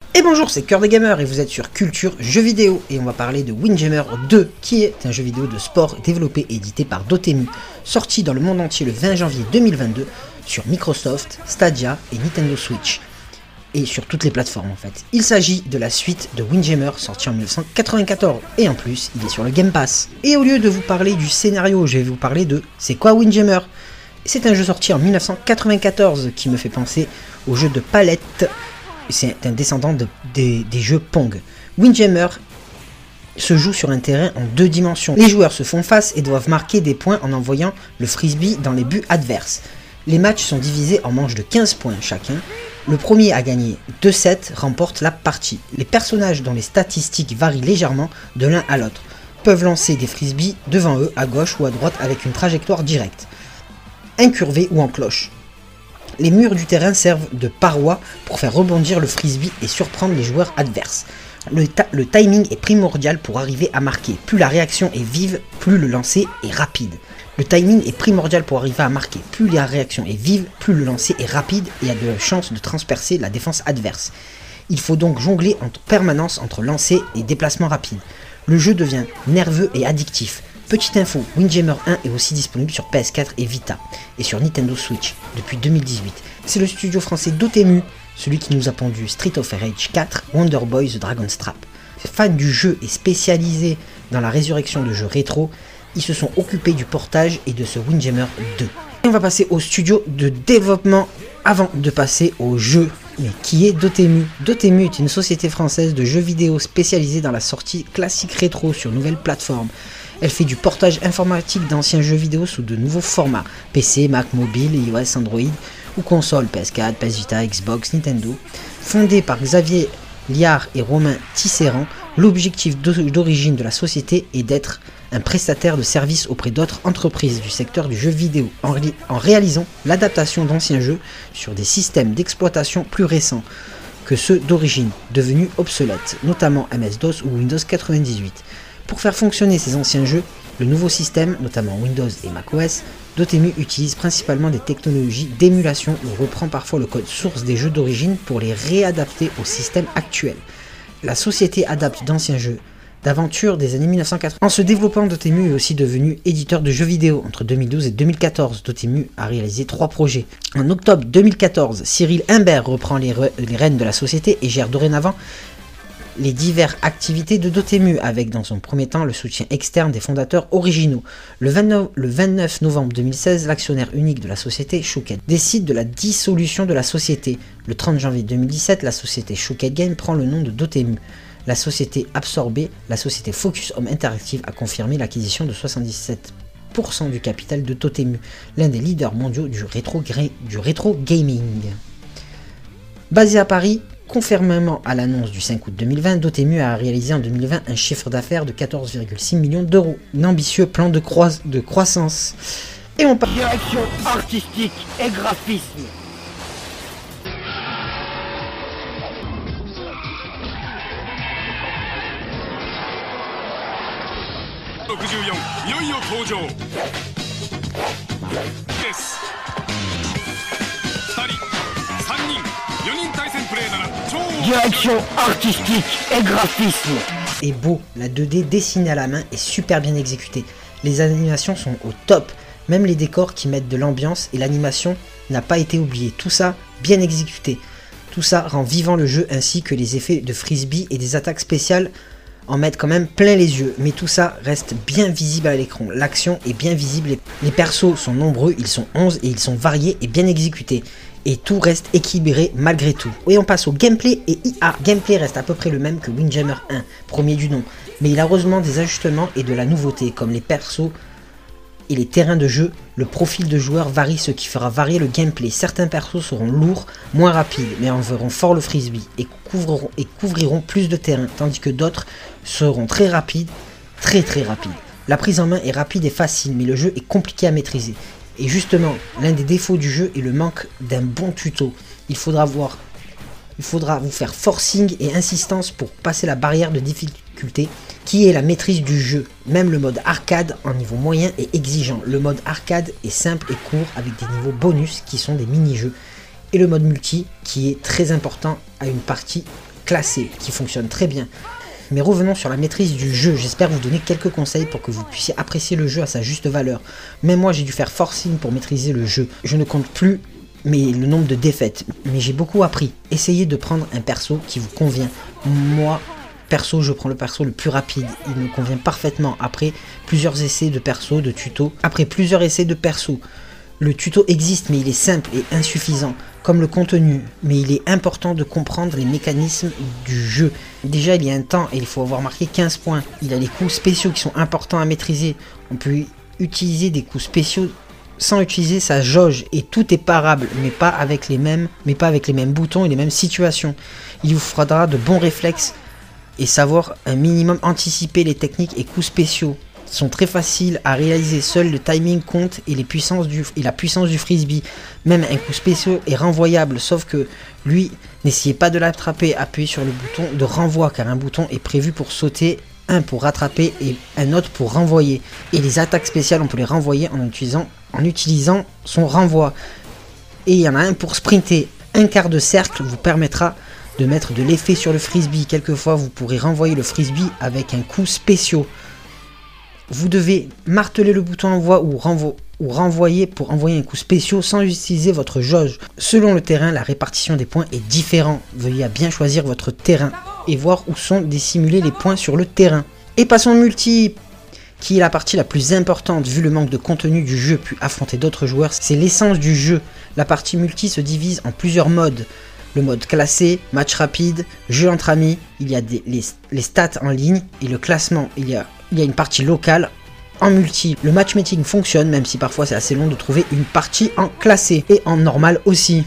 Et bonjour, c'est Cœur des Gamers et vous êtes sur Culture Jeux Vidéo et on va parler de Windjammer 2 qui est un jeu vidéo de sport développé et édité par Dotemu, sorti dans le monde entier le 20 janvier 2022 sur Microsoft, Stadia et Nintendo Switch et sur toutes les plateformes en fait. Il s'agit de la suite de Windjammer sorti en 1994 et en plus il est sur le Game Pass. Et au lieu de vous parler du scénario, je vais vous parler de c'est quoi Windjammer. C'est un jeu sorti en 1994 qui me fait penser au jeu de palette. C'est un descendant des jeux Pong. Windjammer se joue sur un terrain en 2 dimensions. Les joueurs se font face et doivent marquer des points en envoyant le frisbee dans les buts adverses. Les matchs sont divisés en manches de 15 points chacun. Le premier à gagner 2 sets remporte la partie. Les personnages dont les statistiques varient légèrement de l'un à l'autre peuvent lancer des frisbees devant eux, à gauche ou à droite avec une trajectoire directe, incurvée ou en cloche. Les murs du terrain servent de parois pour faire rebondir le frisbee et surprendre les joueurs adverses. Le timing est primordial pour arriver à marquer. Plus la réaction est vive, plus le lancer est rapide. Le timing est primordial pour arriver à marquer. Plus la réaction est vive, plus le lancer est rapide et a de chances de transpercer la défense adverse. Il faut donc jongler en permanence entre lancer et déplacement rapide. Le jeu devient nerveux et addictif. Petite info, Windjammer 1 est aussi disponible sur PS4 et Vita, et sur Nintendo Switch depuis 2018. C'est le studio français Dotemu, celui qui nous a pondu Street of Rage 4, Wonder Boy The Dragon's Trap. Fan du jeu et spécialisé dans la résurrection de jeux rétro, ils se sont occupés du portage et de ce Windjammer 2. Et on va passer au studio de développement avant de passer au jeu. Mais qui est Dotemu? Dotemu est une société française de jeux vidéo spécialisée dans la sortie classique rétro sur nouvelles plateformes. Elle fait du portage informatique d'anciens jeux vidéo sous de nouveaux formats, PC, Mac mobile, iOS, Android ou console, PS4, PS Vita, Xbox, Nintendo. Fondée par Xavier Liard et Romain Tisserand, l'objectif d'origine de la société est d'être un prestataire de services auprès d'autres entreprises du secteur du jeu vidéo, en réalisant l'adaptation d'anciens jeux sur des systèmes d'exploitation plus récents que ceux d'origine, devenus obsolètes, notamment MS-DOS ou Windows 98. Pour faire fonctionner ces anciens jeux, le nouveau système, notamment Windows et macOS, Dotemu utilise principalement des technologies d'émulation ou reprend parfois le code source des jeux d'origine pour les réadapter au système actuel. La société adapte d'anciens jeux d'aventure des années 1980. En se développant, Dotemu est aussi devenu éditeur de jeux vidéo. Entre 2012 et 2014, Dotemu a réalisé 3 projets. En octobre 2014, Cyril Imbert reprend les rênes de la société et gère dorénavant les diverses activités de Dotemu avec dans son premier temps le soutien externe des fondateurs originaux. Le 29 novembre 2016, l'actionnaire unique de la société, Showcase, décide de la dissolution de la société. Le 30 janvier 2017, la société Showcase Game prend le nom de Dotemu. La société absorbée, la société Focus Home Interactive a confirmé l'acquisition de 77% du capital de Dotemu, l'un des leaders mondiaux du rétro gaming. Basé à Paris, conformément à l'annonce du 5 août 2020, Dotemu a réalisé en 2020 un chiffre d'affaires de 14,6 millions d'euros. Un ambitieux plan de croissance. Et on parle direction artistique et graphisme. Direction artistique et graphisme. est beau, la 2D dessinée à la main est super bien exécutée. Les animations sont au top, même les décors qui mettent de l'ambiance et l'animation n'a pas été oubliée. Tout ça bien exécuté. Tout ça rend vivant le jeu ainsi que les effets de frisbee et des attaques spéciales en mettent quand même plein les yeux. Mais tout ça reste bien visible à l'écran. L'action est bien visible. Les persos sont nombreux, ils sont 11 et ils sont variés et bien exécutés. Et tout reste équilibré malgré tout. Et on passe au gameplay et IA. Gameplay reste à peu près le même que Windjammer 1, premier du nom. Mais il a heureusement des ajustements et de la nouveauté, comme les persos et les terrains de jeu. Le profil de joueur varie, ce qui fera varier le gameplay. Certains persos seront lourds, moins rapides, mais enverront fort le frisbee et couvriront plus de terrain, tandis que d'autres seront très rapides, très rapides. La prise en main est rapide et facile, mais le jeu est compliqué à maîtriser. Et justement, l'un des défauts du jeu est le manque d'un bon tuto. Il faudra vous faire forcing et insistance pour passer la barrière de difficulté qui est la maîtrise du jeu. Même le mode arcade en niveau moyen est exigeant. Le mode arcade est simple et court avec des niveaux bonus qui sont des mini-jeux. Et le mode multi qui est très important à une partie classé qui fonctionne très bien. Mais revenons sur la maîtrise du jeu, j'espère vous donner quelques conseils pour que vous puissiez apprécier le jeu à sa juste valeur. Même moi j'ai dû faire forcing pour maîtriser le jeu, je ne compte plus le nombre de défaites, mais j'ai beaucoup appris. Essayez de prendre un perso qui vous convient. Moi, perso, je prends le perso le plus rapide, il me convient parfaitement après plusieurs essais de perso, de tuto. Après plusieurs essais de perso, le tuto existe mais il est simple et insuffisant, comme le contenu, mais il est important de comprendre les mécanismes du jeu. Déjà il y a un temps et il faut avoir marqué 15 points. Il y a les coups spéciaux qui sont importants à maîtriser. On peut utiliser des coups spéciaux sans utiliser sa jauge et tout est parable, mais pas avec les mêmes boutons et les mêmes situations. Il vous faudra de bons réflexes et savoir un minimum anticiper les techniques et coups spéciaux. Sont très faciles à réaliser, seul le timing compte et la puissance du frisbee. Même un coup spécial est renvoyable, sauf que lui, n'essayez pas de l'attraper, appuyez sur le bouton de renvoi car un bouton est prévu pour sauter, un pour rattraper et un autre pour renvoyer. Et les attaques spéciales, on peut les renvoyer en utilisant son renvoi. Et il y en a un pour sprinter. Un quart de cercle vous permettra de mettre de l'effet sur le frisbee. Quelquefois, vous pourrez renvoyer le frisbee avec un coup spécial. Vous devez marteler le bouton envoi ou renvoyer pour envoyer un coup spécial sans utiliser votre jauge. Selon le terrain, la répartition des points est différente. Veuillez à bien choisir votre terrain et voir où sont dissimulés les points sur le terrain. Et passons au multi, qui est la partie la plus importante vu le manque de contenu du jeu puis affronter d'autres joueurs. C'est l'essence du jeu. La partie multi se divise en plusieurs modes. Le mode classé, match rapide, jeu entre amis, il y a les stats en ligne et le classement. Il y a une partie locale en multi. Le matchmaking fonctionne même si parfois c'est assez long de trouver une partie en classé et en normal aussi.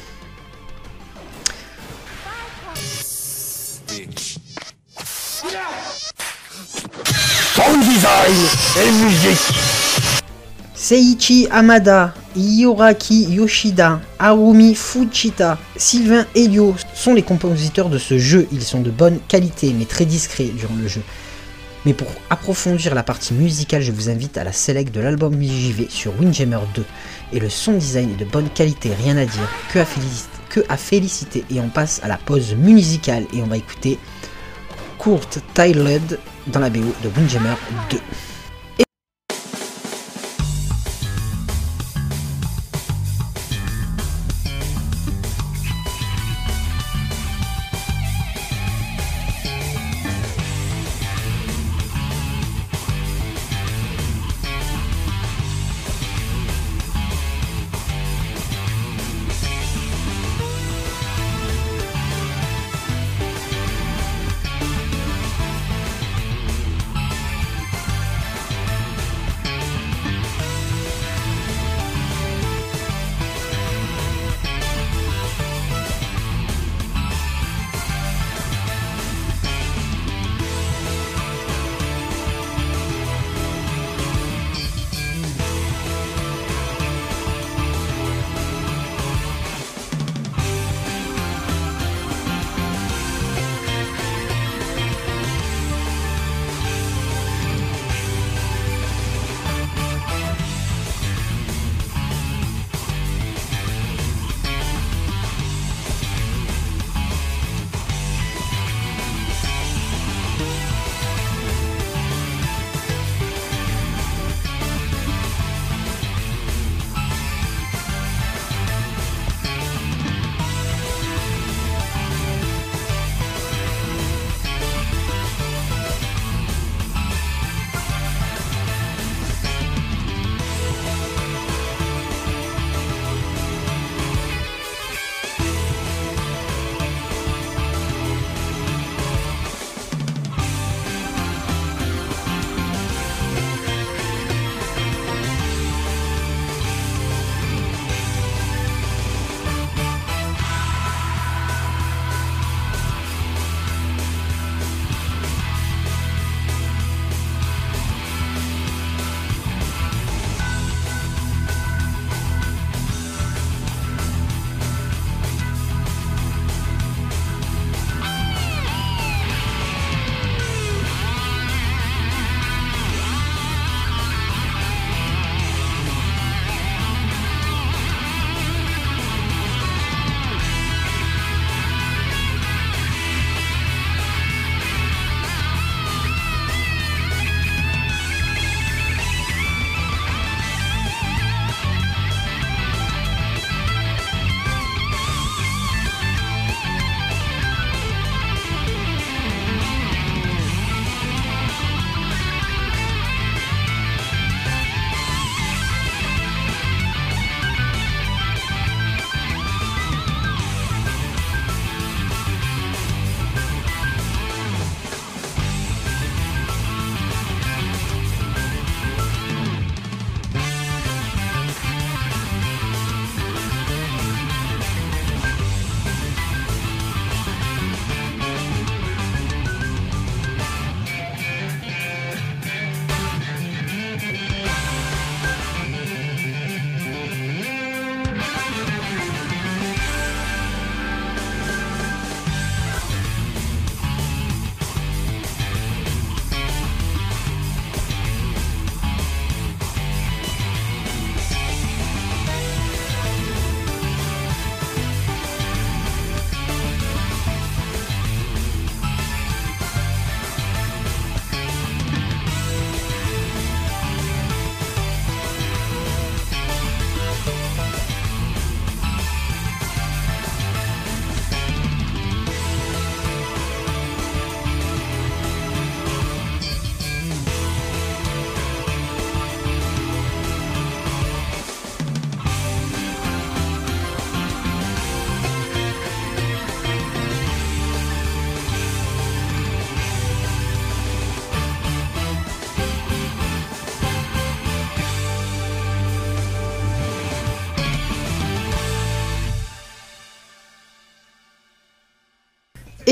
Sound design et musique. Seiichi Hamada, Hiroaki Yoshida, Harumi Fujita, Sylvain Elio sont les compositeurs de ce jeu. Ils sont de bonne qualité mais très discrets durant le jeu. Mais pour approfondir la partie musicale, je vous invite à la select de l'album JV sur Windjammer 2. Et le son design est de bonne qualité, rien à dire, que à féliciter. Et on passe à la pause musicale et on va écouter Kurt Tyled dans la BO de Windjammer 2.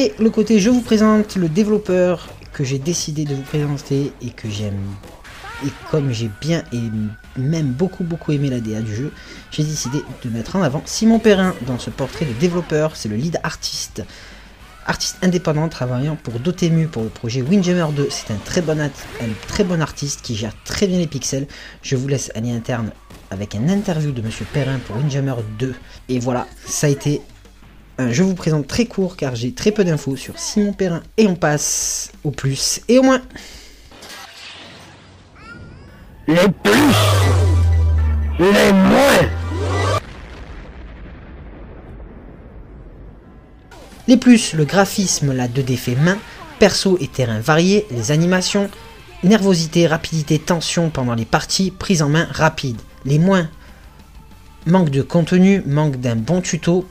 Et le côté je vous présente le développeur que j'ai décidé de vous présenter et que j'aime. Et comme j'ai bien et même beaucoup aimé la DA du jeu, j'ai décidé de mettre en avant Simon Perrin dans ce portrait de développeur. C'est le lead artiste indépendant travaillant pour Dotemu pour le projet Windjammer 2. C'est un très bon artiste qui gère très bien les pixels. Je vous laisse un lien interne avec une interview de Monsieur Perrin pour Windjammer 2. Et voilà, ça a été un je vous présente très court car j'ai très peu d'infos sur Simon Perrin. Et on passe au plus et au moins. Les plus, les moins. Les plus, le graphisme, la 2D fait main, perso et terrain variés, les animations, nervosité, rapidité, tension pendant les parties, prise en main rapide. Les moins, manque de contenu, manque d'un bon tuto,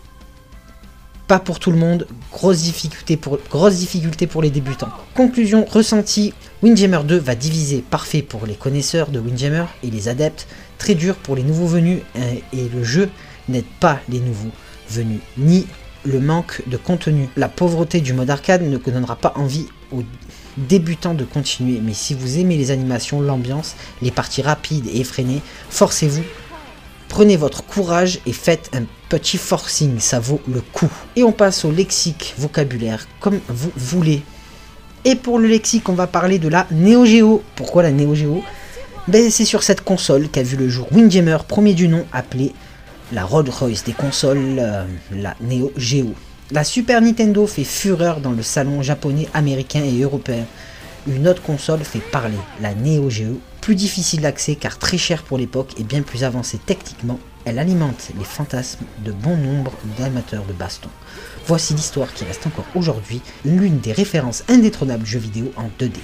pas pour tout le monde, grosse difficulté pour les débutants. Conclusion ressentie, Windjammer 2 va diviser, parfait pour les connaisseurs de Windjammer et les adeptes, très dur pour les nouveaux venus et le jeu n'aide pas les nouveaux venus, ni le manque de contenu. La pauvreté du mode arcade ne donnera pas envie aux débutants de continuer, mais si vous aimez les animations, l'ambiance, les parties rapides et effrénées, forcez-vous, prenez votre courage et faites un petit forcing, ça vaut le coup. Et on passe au lexique, vocabulaire, comme vous voulez. Et pour le lexique, on va parler de la Neo Geo. Pourquoi la Neo Geo? C'est sur cette console qu'a vu le jour Windjammer, premier du nom, appelé la Rolls-Royce des consoles, la Neo Geo. La Super Nintendo fait fureur dans le salon japonais, américain et européen. Une autre console fait parler, la Neo Geo, plus difficile d'accès car très chère pour l'époque et bien plus avancée techniquement, elle alimente les fantasmes de bon nombre d'amateurs de baston. Voici l'histoire qui reste encore aujourd'hui l'une des références indétrônables du jeu vidéo en 2D.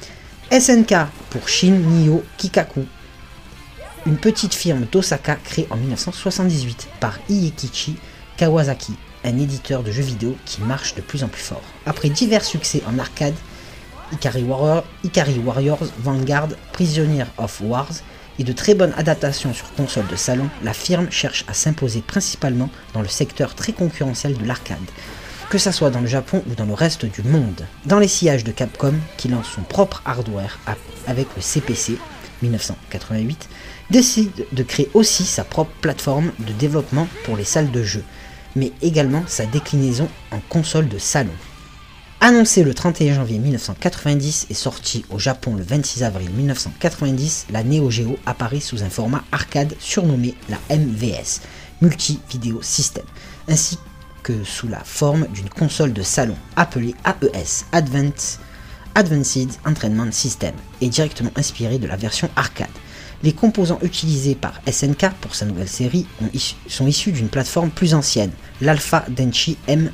SNK pour Shin Nihon Kikaku, une petite firme d'Osaka créée en 1978 par Iekichi Kawasaki, un éditeur de jeux vidéo qui marche de plus en plus fort. Après divers succès en arcade, Ikari Warriors, Vanguard, Prisoner of Wars et de très bonnes adaptations sur console de salon, la firme cherche à s'imposer principalement dans le secteur très concurrentiel de l'arcade, que ça soit dans le Japon ou dans le reste du monde. Dans les sillages de Capcom, qui lance son propre hardware avec le CPC 1988, décide de créer aussi sa propre plateforme de développement pour les salles de jeu, mais également sa déclinaison en console de salon. Annoncée le 31 janvier 1990 et sortie au Japon le 26 avril 1990, la Neo Geo apparaît sous un format arcade surnommé la MVS, Multi Video System, ainsi que sous la forme d'une console de salon appelée AES, Advanced Entrainment System, et directement inspirée de la version arcade. Les composants utilisés par SNK pour sa nouvelle série sont issus d'une plateforme plus ancienne, l'Alpha Denshi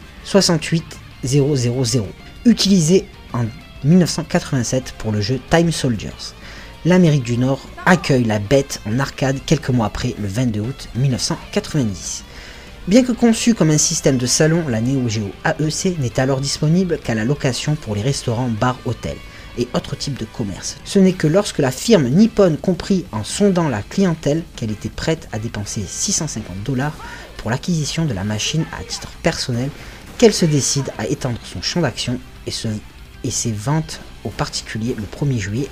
M68000, utilisé en 1987 pour le jeu Time Soldiers. L'Amérique du Nord accueille la bête en arcade quelques mois après, le 22 août 1990. Bien que conçue comme un système de salon, la Neo Geo AEC n'est alors disponible qu'à la location pour les restaurants, bars, hôtels et autres types de commerce. Ce n'est que lorsque la firme Nippon comprit en sondant la clientèle qu'elle était prête à dépenser $650 pour l'acquisition de la machine à titre personnel qu'elle se décide à étendre son champ d'action et ses ventes aux particuliers le 1er juillet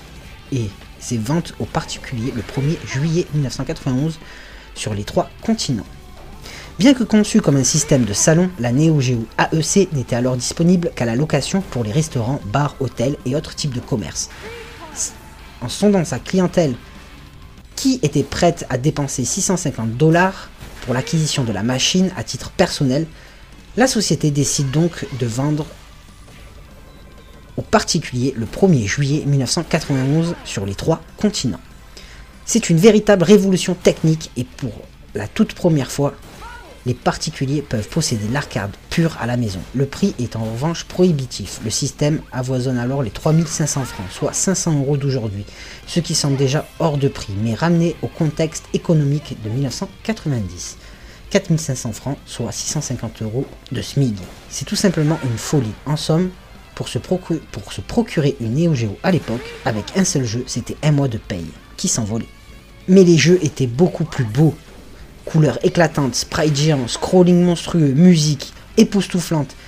1991 sur les 3 continents. Bien que conçue comme un système de salon, la Neo Geo AEC n'était alors disponible qu'à la location pour les restaurants, bars, hôtels et autres types de commerce. En sondant sa clientèle qui était prête à dépenser $650 pour l'acquisition de la machine à titre personnel, la société décide donc de vendre aux particuliers le 1er juillet 1991 sur les 3 continents. C'est une véritable révolution technique et pour la toute première fois, les particuliers peuvent posséder l'arcade pure à la maison. Le prix est en revanche prohibitif. Le système avoisonne alors les 3500 francs, soit 500 € d'aujourd'hui, ce qui semble déjà hors de prix, mais ramené au contexte économique de 1990. 4500 francs, soit 650 € de SMIG. C'est tout simplement une folie. En somme, pour se procurer une Neo Geo à l'époque, avec un seul jeu, c'était un mois de paye qui s'envolait. Mais les jeux étaient beaucoup plus beaux. Couleurs éclatantes, sprites géants, scrolling monstrueux, musique époustouflante.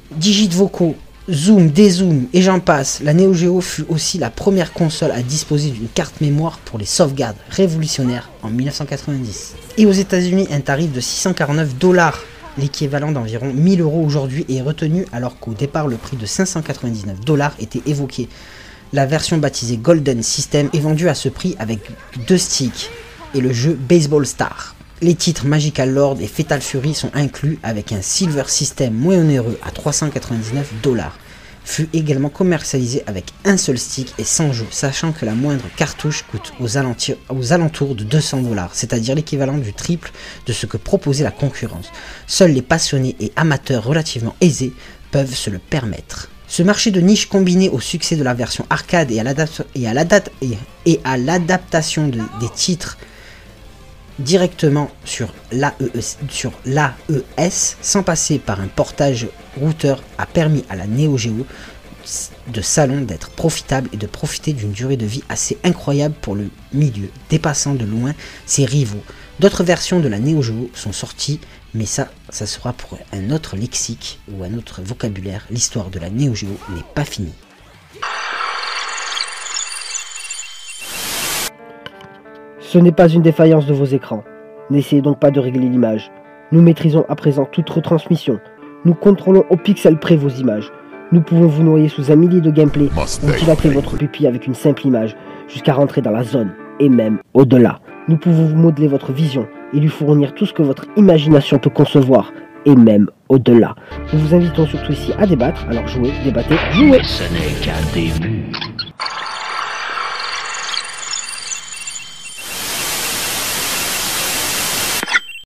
digits vocaux, zoom, dézoom et j'en passe, la Neo Geo fut aussi la première console à disposer d'une carte mémoire pour les sauvegardes, révolutionnaire en 1990. Et aux États-Unis, un tarif de 649$, l'équivalent d'environ 1000 € aujourd'hui, est retenu alors qu'au départ le prix de 599$ était évoqué. La version baptisée Golden System est vendue à ce prix avec 2 sticks et le jeu Baseball Star. Les titres Magical Lord et Fatal Fury sont inclus avec un Silver System moins onéreux à 399$. Fut également commercialisé avec un seul stick et sans jeu, sachant que la moindre cartouche coûte aux alentours de 200$, c'est-à-dire l'équivalent du triple de ce que proposait la concurrence. Seuls les passionnés et amateurs relativement aisés peuvent se le permettre. Ce marché de niche combiné au succès de la version arcade et à l'adaptation des titres directement sur l'AES sans passer par un portage routeur a permis à la Neo Geo de salon d'être profitable et de profiter d'une durée de vie assez incroyable pour le milieu, dépassant de loin ses rivaux. D'autres versions de la Neo Geo sont sorties, mais ça sera pour un autre lexique ou un autre vocabulaire. L'histoire de la Neo Geo n'est pas finie. Ce n'est pas une défaillance de vos écrans. N'essayez donc pas de régler l'image. Nous maîtrisons à présent toute retransmission. Nous contrôlons au pixel près vos images. Nous pouvons vous noyer sous un millier de gameplay ou dilater votre pupille avec une simple image, jusqu'à rentrer dans la zone, et même au-delà. Nous pouvons vous modeler votre vision et lui fournir tout ce que votre imagination peut concevoir, et même au-delà. Nous vous invitons surtout ici à débattre, alors jouez, débattez, jouez. Ce n'est qu'un début.